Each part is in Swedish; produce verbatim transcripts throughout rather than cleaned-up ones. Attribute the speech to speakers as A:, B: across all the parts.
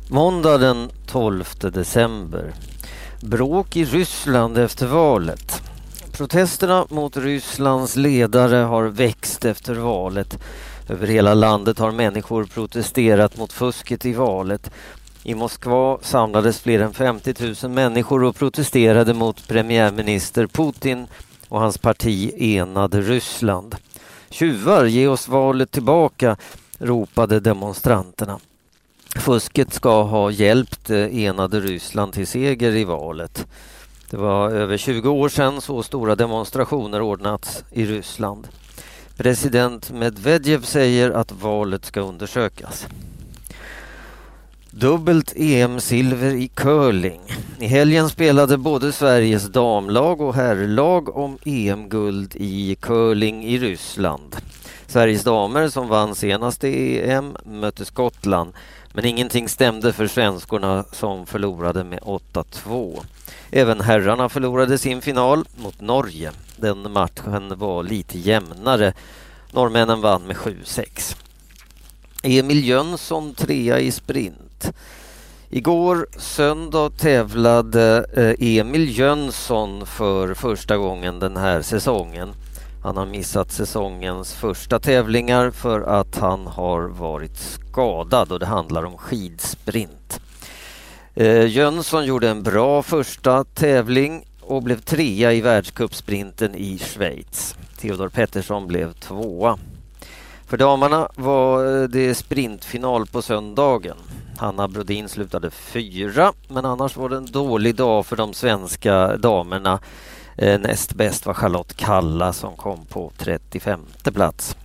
A: Måndag den tolfte december. Bråk i Ryssland efter valet. Protesterna mot Rysslands ledare har växt efter valet. Över hela landet har människor protesterat mot fusket i valet. I Moskva samlades fler än femtio tusen människor och protesterade mot premiärminister Putin och hans parti Enade Ryssland. Tjuvar, ge oss valet tillbaka, ropade demonstranterna. Fusket ska ha hjälpt Enade Ryssland till seger i valet. Det var över tjugo år sedan så stora demonstrationer ordnats i Ryssland. President Medvedev säger att valet ska undersökas. Dubbelt E M-silver i curling. I helgen spelade både Sveriges damlag och herrlag om E M-guld i curling i Ryssland. Sveriges damer som vann senaste E M mötte Skottland, men ingenting stämde för svenskorna som förlorade med åtta två. Även herrarna förlorade sin final mot Norge. Den matchen var lite jämnare. Norrmännen vann med sju sex. Emil Jönsson trea i sprint. Igår söndag tävlade Emil Jönsson för första gången den här säsongen. Han har missat säsongens första tävlingar för att han har varit skadad och det handlar om skidsprint. Eh, Jönsson gjorde en bra första tävling och blev trea i världscupsprinten i Schweiz. Theodor Pettersson blev tvåa. För damerna var det sprintfinal på söndagen. Hanna Brodin slutade fyra, men annars var det en dålig dag för de svenska damerna. Eh, näst bäst var Charlotte Kalla som kom på trettiofemte plats.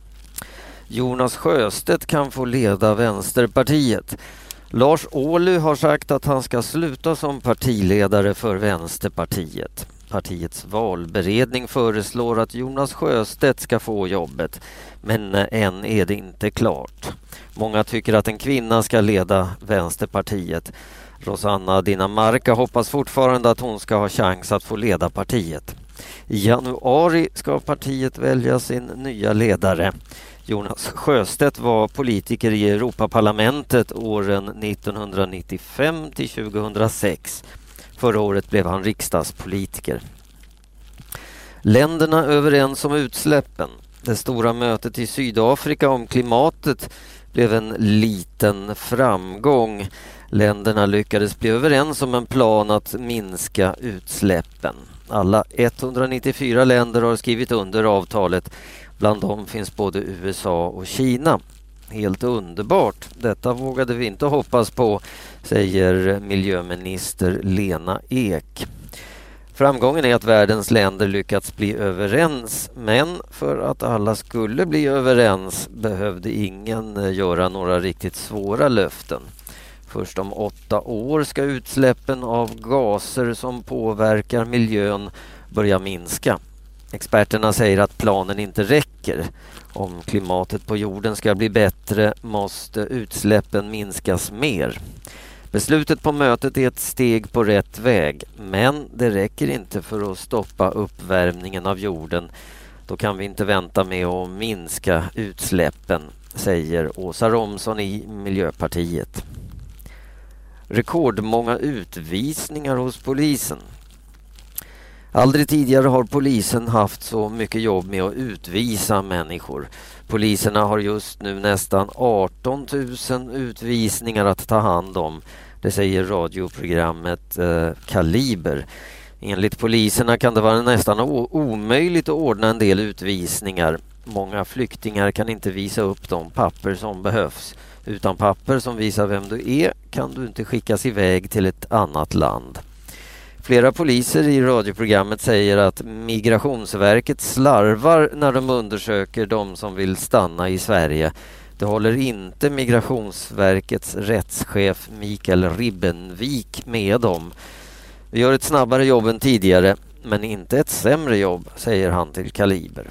A: Jonas Sjöstedt kan få leda Vänsterpartiet. Lars Ohly har sagt att han ska sluta som partiledare för Vänsterpartiet. Partiets valberedning föreslår att Jonas Sjöstedt ska få jobbet, men än är det inte klart. Många tycker att en kvinna ska leda Vänsterpartiet. Rosanna Dinamarca hoppas fortfarande att hon ska ha chans att få leda partiet. I januari ska partiet välja sin nya ledare. Jonas Sjöstedt var politiker i Europaparlamentet åren nittonhundranittiofem till tjugohundrasex. Förra året blev han riksdagspolitiker. Länderna överens om utsläppen. Det stora mötet i Sydafrika om klimatet blev en liten framgång. Länderna lyckades bli överens om en plan att minska utsläppen. Alla etthundranittiofyra länder har skrivit under avtalet. Bland dem finns både U S A och Kina. Helt underbart. Detta vågade vi inte hoppas på, säger miljöminister Lena Ek. Framgången är att världens länder lyckats bli överens, men för att alla skulle bli överens behövde ingen göra några riktigt svåra löften. Först om åtta år ska utsläppen av gaser som påverkar miljön börja minska. Experterna säger att planen inte räcker. Om klimatet på jorden ska bli bättre måste utsläppen minskas mer. Beslutet på mötet är ett steg på rätt väg, men det räcker inte för att stoppa uppvärmningen av jorden. Då kan vi inte vänta med att minska utsläppen, säger Åsa Romson i Miljöpartiet. Rekordmånga utvisningar hos polisen. Aldrig tidigare har polisen haft så mycket jobb med att utvisa människor. Poliserna har just nu nästan arton tusen utvisningar att ta hand om. Det säger radioprogrammet eh, Kaliber. Enligt poliserna kan det vara nästan o- omöjligt att ordna en del utvisningar. Många flyktingar kan inte visa upp de papper som behövs. Utan papper som visar vem du är kan du inte skickas iväg till ett annat land. Flera poliser i radioprogrammet säger att Migrationsverket slarvar när de undersöker de som vill stanna i Sverige. Det håller inte Migrationsverkets rättschef Mikael Ribbenvik med om. Vi gör ett snabbare jobb än tidigare, men inte ett sämre jobb, säger han till Kaliber.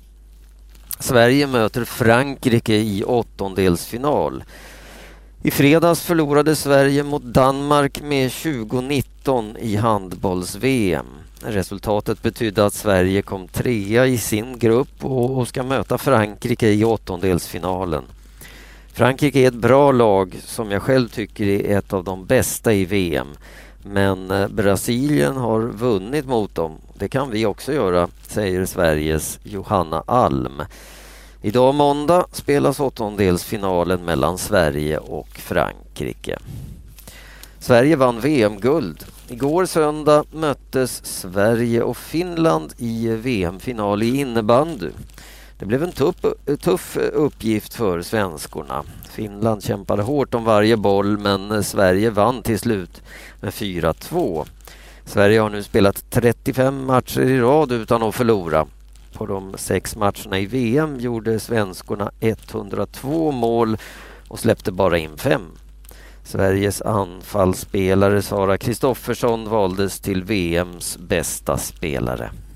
A: Sverige möter Frankrike i åttondelsfinal. I fredags förlorade Sverige mot Danmark med tjugo nitton i handbolls-V M. Resultatet betydde att Sverige kom trea i sin grupp och ska möta Frankrike i åttondelsfinalen. Frankrike är ett bra lag som jag själv tycker är ett av de bästa i V M. Men Brasilien har vunnit mot dem. Det kan vi också göra, säger Sveriges Johanna Alm. Idag måndag spelas åttondelsfinalen mellan Sverige och Frankrike. Sverige vann V M-guld. Igår söndag möttes Sverige och Finland i V M-final i innebandy. Det blev en tuff, tuff uppgift för svenskorna. Finland kämpade hårt om varje boll, men Sverige vann till slut med fyra två. Sverige har nu spelat trettiofem matcher i rad utan att förlora. På de sex matcherna i V M gjorde svenskorna etthundratvå mål och släppte bara in fem. Sveriges anfallsspelare Sara Kristoffersson valdes till V M:s bästa spelare.